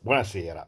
Buonasera.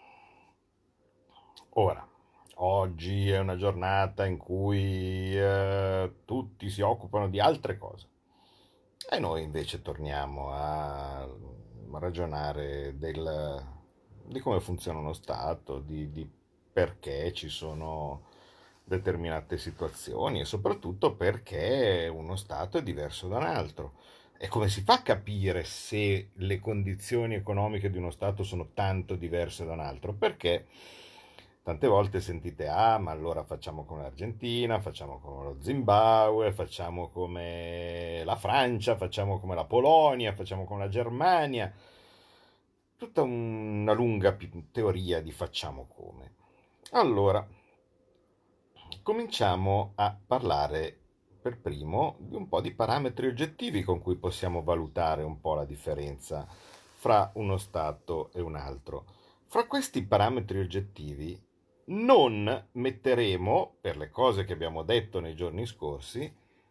Ora, oggi è una giornata in cui tutti si occupano di altre cose e noi invece torniamo a ragionare di come funziona uno Stato, di perché ci sono determinate situazioni e soprattutto perché uno Stato è diverso da un altro. E come si fa a capire se le condizioni economiche di uno Stato sono tanto diverse da un altro? Perché tante volte sentite, ah, ma allora facciamo come l'Argentina, facciamo come lo Zimbabwe, facciamo come la Francia, facciamo come la Polonia, facciamo come la Germania. Tutta una lunga teoria di facciamo come. Allora, cominciamo a parlare per primo di un po' di parametri oggettivi con cui possiamo valutare un po' la differenza fra uno Stato e un altro. Fra questi parametri oggettivi non metteremo, per le cose che abbiamo detto nei giorni scorsi,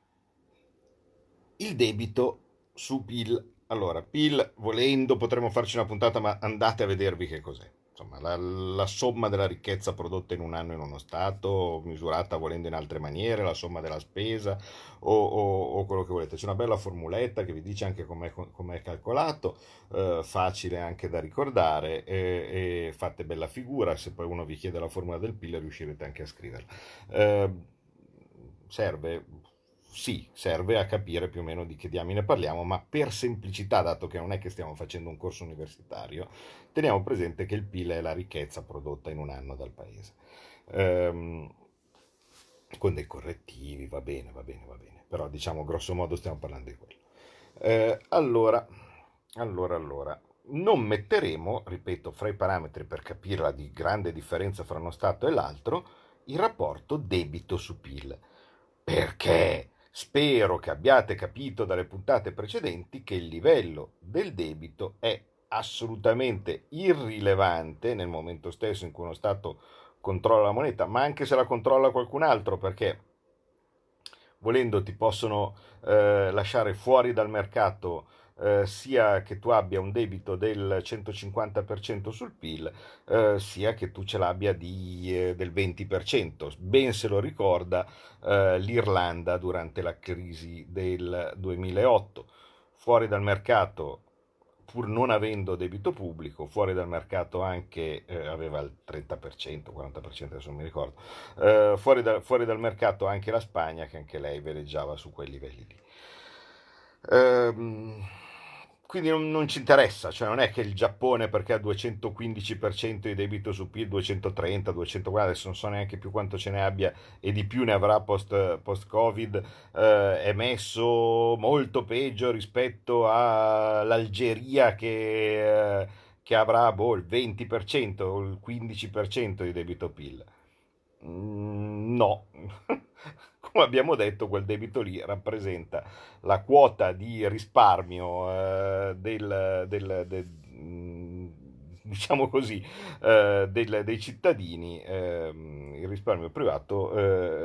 il debito su PIL. Allora, PIL, volendo, potremmo farci una puntata, ma andate a vedervi che cos'è. Insomma, la somma della ricchezza prodotta in un anno in uno Stato, misurata volendo in altre maniere, la somma della spesa o quello che volete. C'è una bella formuletta che vi dice anche com'è calcolato, facile anche da ricordare e fate bella figura. Se poi uno vi chiede la formula del PIL riuscirete anche a scriverla. Eh, serve? Sì, serve a capire più o meno di che diamine parliamo, ma per semplicità, dato che non è che stiamo facendo un corso universitario, teniamo presente che il PIL è la ricchezza prodotta in un anno dal paese. Ehm, con dei correttivi, va bene, va bene, va bene, però diciamo grosso modo stiamo parlando di quello. Allora, non metteremo, ripeto, fra i parametri per capire la grande differenza fra uno Stato e l'altro, il rapporto debito su PIL. Perché spero che abbiate capito dalle puntate precedenti che il livello del debito è assolutamente irrilevante nel momento stesso in cui uno Stato controlla la moneta, ma anche se la controlla qualcun altro, perché volendo ti possono lasciare fuori dal mercato sia che tu abbia un debito del 150% sul PIL, sia che tu ce l'abbia del 20%. Ben se lo ricorda l'Irlanda durante la crisi del 2008. Fuori dal mercato, pur non avendo debito pubblico, fuori dal mercato anche aveva il 30%, 40%, adesso non mi ricordo, fuori dal mercato anche la Spagna, che anche lei veleggiava su quei livelli lì. Ehm, quindi non ci interessa, cioè non è che il Giappone perché ha 215% di debito su PIL, 230, 240, adesso non so neanche più quanto ce ne abbia e di più ne avrà post-Covid, è messo molto peggio rispetto all'Algeria che avrà il 20% o il 15% di debito PIL. No, come abbiamo detto, quel debito lì rappresenta la quota di risparmio diciamo così, dei cittadini, il risparmio privato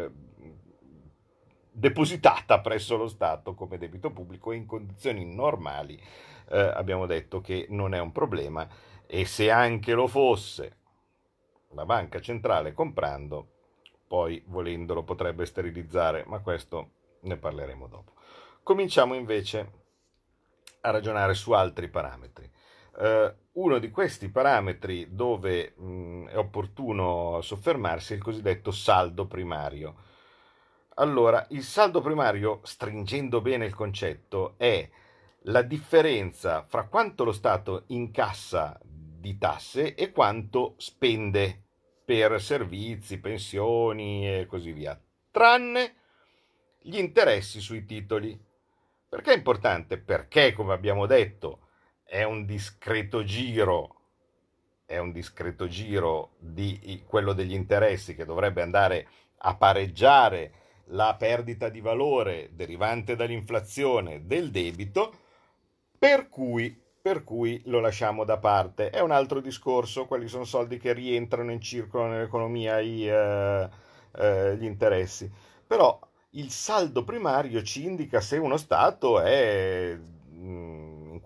depositata presso lo Stato come debito pubblico e in condizioni normali abbiamo detto che non è un problema e se anche lo fosse la banca centrale comprando, poi volendolo potrebbe sterilizzare, ma questo ne parleremo dopo. Cominciamo invece a ragionare su altri parametri. Uno di questi parametri dove è opportuno soffermarsi è il cosiddetto saldo primario. Allora, il saldo primario, stringendo bene il concetto, è la differenza fra quanto lo Stato incassa di tasse e quanto spende per servizi, pensioni e così via, tranne gli interessi sui titoli. Perché è importante? Perché, come abbiamo detto, è un discreto giro, è un discreto giro di quello degli interessi che dovrebbe andare a pareggiare la perdita di valore derivante dall'inflazione del debito, per cui lo lasciamo da parte. È un altro discorso, quelli sono soldi che rientrano in circolo nell'economia, gli interessi. Però il saldo primario ci indica se uno Stato è in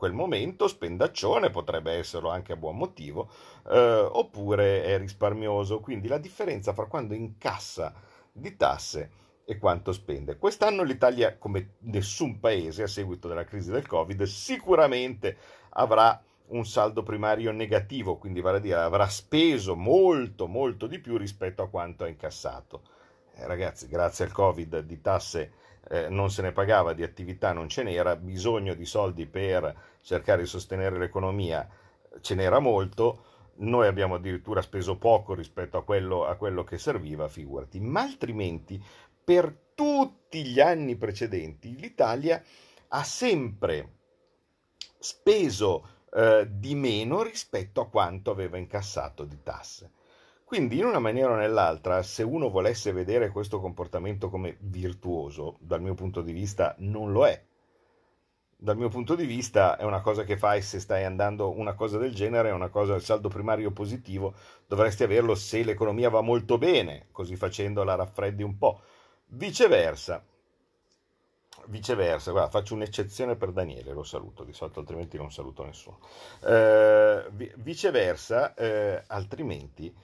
quel momento spendaccione, potrebbe esserlo anche a buon motivo, oppure è risparmioso. Quindi la differenza fra quando incassa di tasse e quanto spende. Quest'anno l'Italia, come nessun paese a seguito della crisi del Covid, sicuramente avrà un saldo primario negativo, quindi vale a dire avrà speso molto molto di più rispetto a quanto ha incassato. Ragazzi, grazie al Covid di tasse non se ne pagava, di attività non ce n'era, bisogno di soldi per cercare di sostenere l'economia ce n'era molto, noi abbiamo addirittura speso poco rispetto a quello che serviva, figurati, ma altrimenti per tutti gli anni precedenti l'Italia ha sempre speso di meno rispetto a quanto aveva incassato di tasse. Quindi in una maniera o nell'altra, se uno volesse vedere questo comportamento come virtuoso, dal mio punto di vista non lo è. Dal mio punto di vista è una cosa che fai se stai andando una cosa del genere, è una cosa, il saldo primario positivo, dovresti averlo se l'economia va molto bene, così facendo la raffreddi un po'. Viceversa, guarda, faccio un'eccezione per Daniele, lo saluto, di solito altrimenti non saluto nessuno. Viceversa, altrimenti,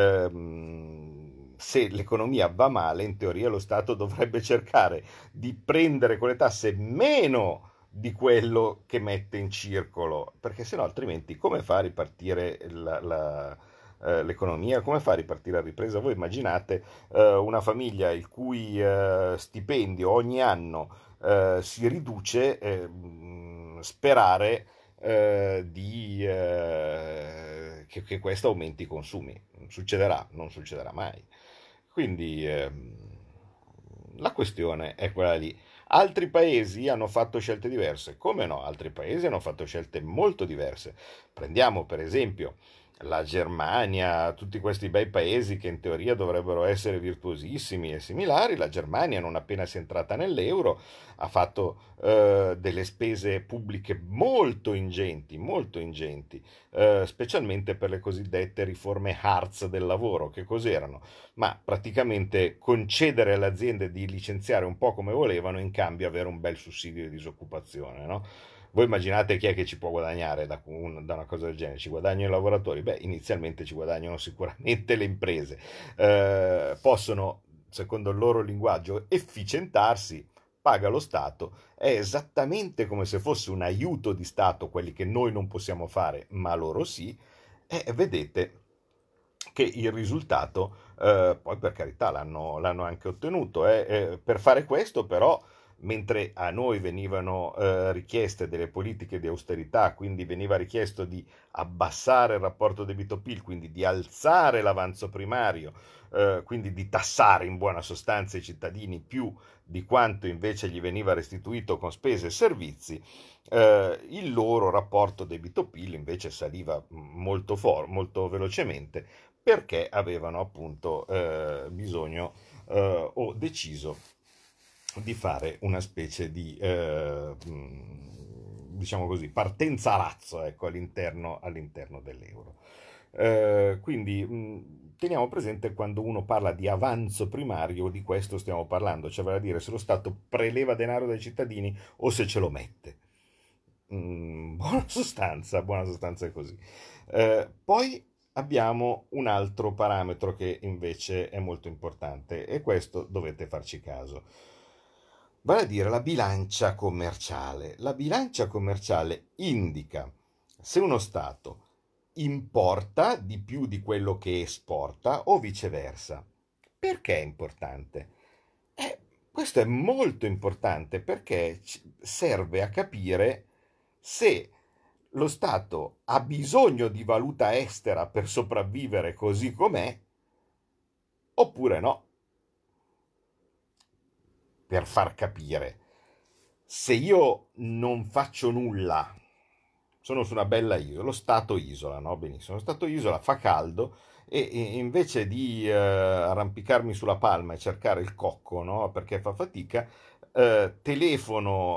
se l'economia va male, in teoria lo Stato dovrebbe cercare di prendere con le tasse meno di quello che mette in circolo, perché sennò altrimenti come fa a ripartire l'economia, come fa a ripartire la ripresa? Voi immaginate una famiglia il cui stipendio ogni anno si riduce, sperare che questo aumenti i consumi. Succederà, non succederà mai. Quindi la questione è quella lì. Altri paesi hanno fatto scelte diverse. Come no? Altri paesi hanno fatto scelte molto diverse. Prendiamo per esempio la Germania, tutti questi bei paesi che in teoria dovrebbero essere virtuosissimi e similari. La Germania, non appena si è entrata nell'euro, ha fatto delle spese pubbliche molto ingenti, specialmente per le cosiddette riforme Hartz del lavoro. Che cos'erano? Ma praticamente concedere alle aziende di licenziare un po' come volevano, in cambio avere un bel sussidio di disoccupazione, no? Voi immaginate chi è che ci può guadagnare da una cosa del genere? Ci guadagnano i lavoratori? Beh, inizialmente ci guadagnano sicuramente le imprese. Possono, secondo il loro linguaggio, efficientarsi, paga lo Stato. È esattamente come se fosse un aiuto di Stato, quelli che noi non possiamo fare, ma loro sì. E vedete che il risultato, poi per carità l'hanno anche ottenuto. Per fare questo però, mentre a noi venivano richieste delle politiche di austerità, quindi veniva richiesto di abbassare il rapporto debito-PIL, quindi di alzare l'avanzo primario, quindi di tassare in buona sostanza i cittadini più di quanto invece gli veniva restituito con spese e servizi, il loro rapporto debito-PIL invece saliva molto velocemente, perché avevano appunto bisogno o deciso di fare una specie di, diciamo così, partenza a razzo, ecco, all'interno dell'euro. Quindi teniamo presente quando uno parla di avanzo primario, di questo stiamo parlando, cioè vale a dire se lo Stato preleva denaro dai cittadini o se ce lo mette. Buona sostanza è così. Poi abbiamo un altro parametro che invece è molto importante e questo dovete farci caso. Vale a dire la bilancia commerciale. La bilancia commerciale indica se uno Stato importa di più di quello che esporta o viceversa. Perché è importante? Questo è molto importante perché serve a capire se lo Stato ha bisogno di valuta estera per sopravvivere così com'è oppure no. Per far capire, se io non faccio nulla, sono su una bella isola, lo Stato isola, no? Benissimo, lo Stato isola, fa caldo e invece di arrampicarmi sulla palma e cercare il cocco, no? Perché fa fatica, telefono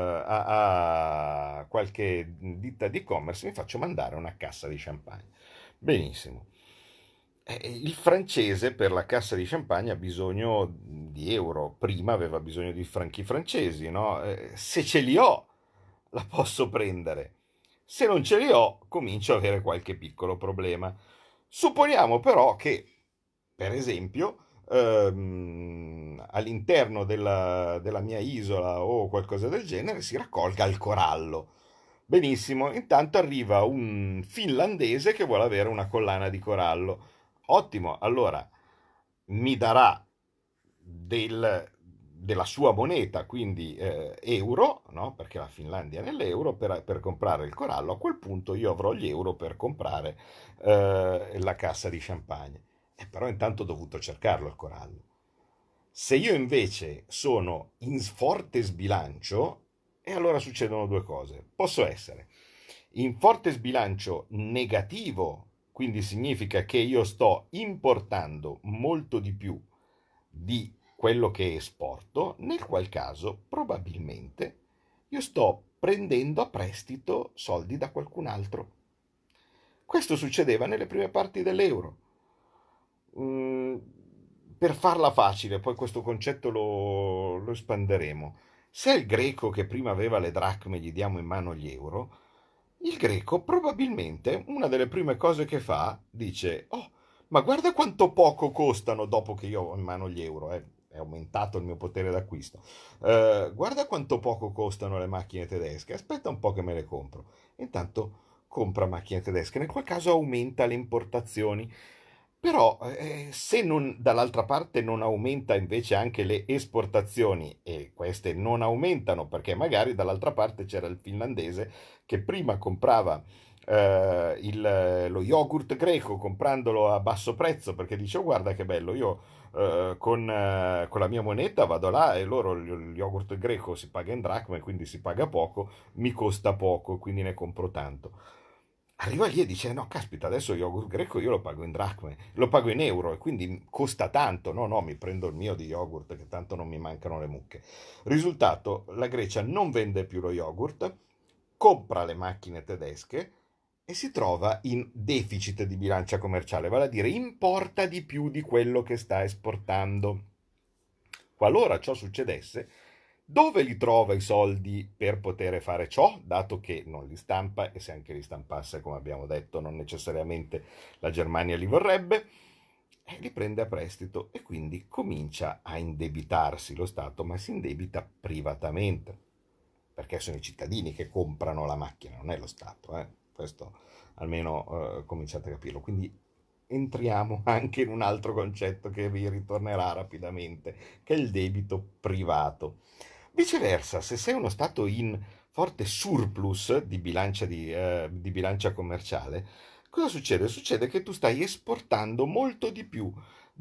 a qualche ditta di e-commerce e mi faccio mandare una cassa di champagne. Benissimo. Il francese per la cassa di champagne ha bisogno di euro, prima aveva bisogno di franchi francesi, no? Se ce li ho, la posso prendere. Se non ce li ho, comincio ad avere qualche piccolo problema. Supponiamo però che, per esempio, all'interno della mia isola o qualcosa del genere si raccolga il corallo. Benissimo, intanto arriva un finlandese che vuole avere una collana di corallo. Ottimo, allora mi darà della sua moneta, quindi euro, no? Perché la Finlandia è nell'euro, per comprare il corallo. A quel punto io avrò gli euro per comprare la cassa di champagne. Però intanto ho dovuto cercarlo il corallo. Se io invece sono in forte sbilancio, e allora succedono due cose. Posso essere in forte sbilancio negativo, quindi significa che io sto importando molto di più di quello che esporto, nel qual caso probabilmente io sto prendendo a prestito soldi da qualcun altro. Questo succedeva nelle prime parti dell'euro. Mm, per farla facile, poi questo concetto lo espanderemo. Se il greco che prima aveva le dracme gli diamo in mano gli euro, il greco probabilmente una delle prime cose che fa dice: Oh, ma guarda quanto poco costano dopo che io ho in mano gli euro, è aumentato il mio potere d'acquisto. Guarda quanto poco costano le macchine tedesche, aspetta un po' che me le compro. Intanto compra macchine tedesche, nel qual caso aumenta le importazioni. Però se dall'altra parte non aumenta invece anche le esportazioni e queste non aumentano perché magari dall'altra parte c'era il finlandese che prima comprava lo yogurt greco comprandolo a basso prezzo perché dice: "Oh, guarda che bello, io con la mia moneta vado là e loro il yogurt greco si paga in dracme, quindi si paga poco, mi costa poco, quindi ne compro tanto." Arriva lì e dice: No, caspita, adesso il yogurt greco io lo pago in dracme, lo pago in euro e quindi costa tanto. No, no, mi prendo il mio di yogurt che tanto non mi mancano le mucche. Risultato: la Grecia non vende più lo yogurt, compra le macchine tedesche e si trova in deficit di bilancia commerciale, vale a dire importa di più di quello che sta esportando. Qualora ciò succedesse, dove li trova i soldi per poter fare ciò, dato che non li stampa e se anche li stampasse, come abbiamo detto, non necessariamente la Germania li vorrebbe, e li prende a prestito e quindi comincia a indebitarsi lo Stato, ma si indebita privatamente, perché sono i cittadini che comprano la macchina, non è lo Stato, eh? Questo almeno cominciate a capirlo. Quindi entriamo anche in un altro concetto che vi ritornerà rapidamente, che è il debito privato. Viceversa, se sei uno Stato in forte surplus di bilancia commerciale, cosa succede? Succede che tu stai esportando molto di più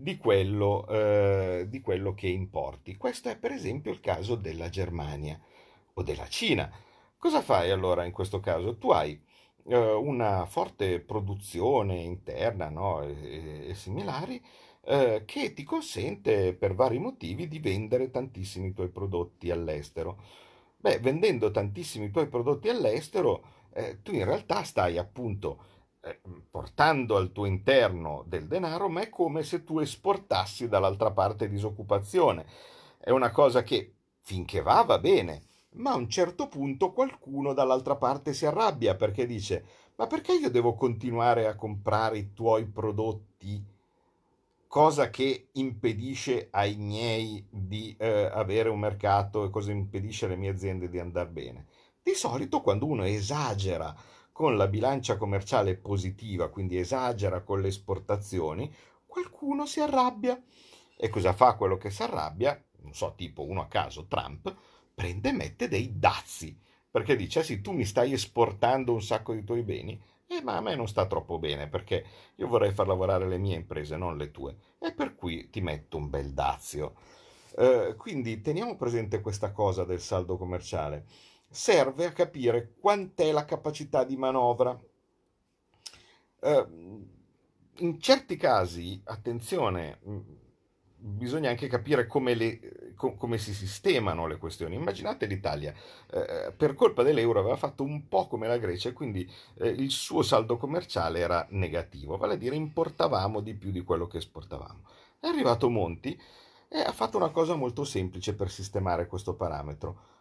di quello che importi. Questo è per esempio il caso della Germania o della Cina. Cosa fai allora in questo caso? Tu hai una forte produzione interna, no? E similari, che ti consente per vari motivi di vendere tantissimi tuoi prodotti all'estero. Beh, vendendo tantissimi tuoi prodotti all'estero, tu in realtà stai appunto portando al tuo interno del denaro, ma è come se tu esportassi dall'altra parte disoccupazione. È una cosa che finché va bene, ma a un certo punto qualcuno dall'altra parte si arrabbia perché dice: Ma perché io devo continuare a comprare i tuoi prodotti, cosa che impedisce ai miei di avere un mercato e cosa impedisce alle mie aziende di andare bene? Di solito quando uno esagera con la bilancia commerciale positiva, quindi esagera con le esportazioni, qualcuno si arrabbia. E cosa fa quello che si arrabbia? Non so, tipo uno a caso, Trump, prende e mette dei dazi, perché dice: sì, tu mi stai esportando un sacco di tuoi beni, ma a me non sta troppo bene, perché io vorrei far lavorare le mie imprese, non le tue, e per cui ti metto un bel dazio. Quindi teniamo presente questa cosa del saldo commerciale. Serve a capire quant'è la capacità di manovra. Eh, In certi casi, attenzione, bisogna anche capire come si sistemano le questioni. Immaginate l'Italia, per colpa dell'euro aveva fatto un po' come la Grecia e quindi il suo saldo commerciale era negativo, vale a dire importavamo di più di quello che esportavamo. È arrivato Monti e ha fatto una cosa molto semplice per sistemare questo parametro.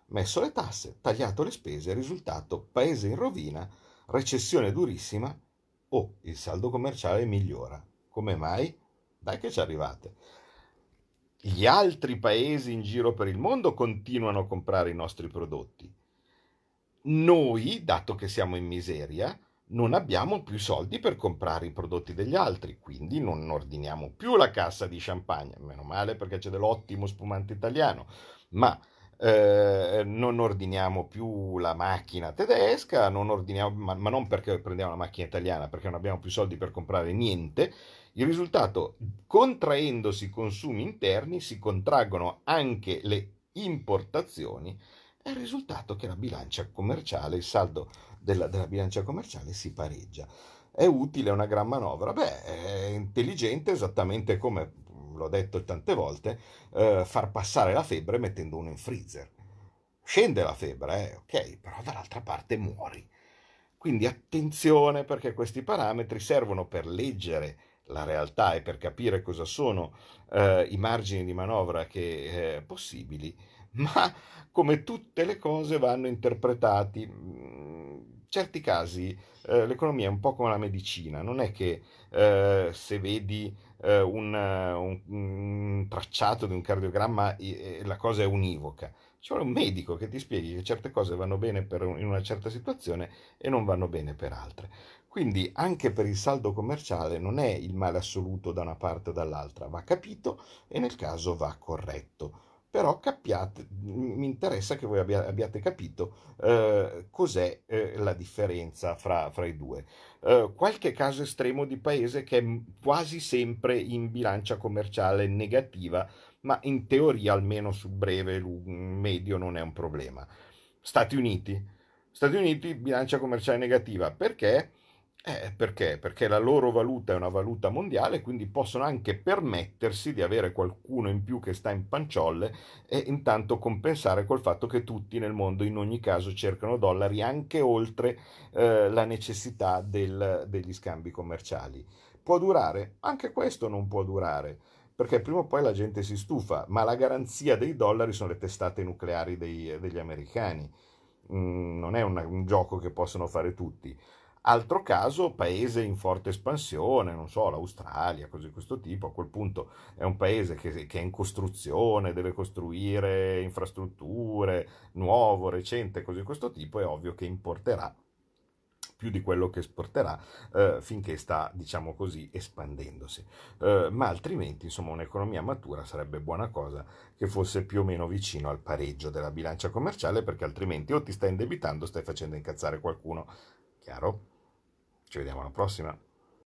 messo le tasse, tagliato le spese, risultato paese in rovina, recessione durissima, il saldo commerciale migliora. Come mai? Dai che ci arrivate. Gli altri paesi in giro per il mondo continuano a comprare i nostri prodotti. Noi, dato che siamo in miseria, non abbiamo più soldi per comprare i prodotti degli altri, quindi non ordiniamo più la cassa di champagne, meno male perché c'è dell'ottimo spumante italiano, ma non ordiniamo più la macchina tedesca, non ordiniamo, ma non perché prendiamo la macchina italiana, perché non abbiamo più soldi per comprare niente. Il risultato, contraendosi i consumi interni, si contraggono anche le importazioni. È il risultato che la bilancia commerciale, il saldo della bilancia commerciale si pareggia. È utile una gran manovra? Beh, è intelligente esattamente come, l'ho detto tante volte, far passare la febbre mettendo uno in freezer. Scende la febbre, ok, però dall'altra parte muori. Quindi attenzione perché questi parametri servono per leggere la realtà e per capire cosa sono i margini di manovra possibili, ma come tutte le cose vanno interpretati. In certi casi l'economia è un po' come la medicina, non è che se vedi un tracciato di un cardiogramma la cosa è univoca. Ci vuole un medico che ti spieghi che certe cose vanno bene in una certa situazione e non vanno bene per altre. Quindi anche per il saldo commerciale non è il male assoluto da una parte o dall'altra, va capito e nel caso va corretto. Però capiate, mi interessa che voi abbiate capito cos'è la differenza fra i due. Qualche caso estremo di paese che è quasi sempre in bilancia commerciale negativa, ma in teoria almeno sul breve, medio non è un problema. Stati Uniti. Stati Uniti bilancia commerciale negativa perché? Perché? Perché la loro valuta è una valuta mondiale, quindi possono anche permettersi di avere qualcuno in più che sta in panciolle e intanto compensare col fatto che tutti nel mondo in ogni caso cercano dollari anche oltre la necessità degli scambi commerciali. Può durare? Anche questo non può durare, perché prima o poi la gente si stufa, ma la garanzia dei dollari sono le testate nucleari degli americani. Non è un gioco che possono fare tutti. Altro caso, paese in forte espansione, non so, l'Australia, cose di questo tipo, a quel punto è un paese che è in costruzione, deve costruire infrastrutture, nuovo, recente, cose di questo tipo, è ovvio che importerà più di quello che esporterà finché sta, diciamo così, espandendosi. Ma altrimenti, insomma, un'economia matura sarebbe buona cosa che fosse più o meno vicino al pareggio della bilancia commerciale, perché altrimenti o ti stai indebitando o stai facendo incazzare qualcuno. Chiaro? Ci vediamo alla prossima.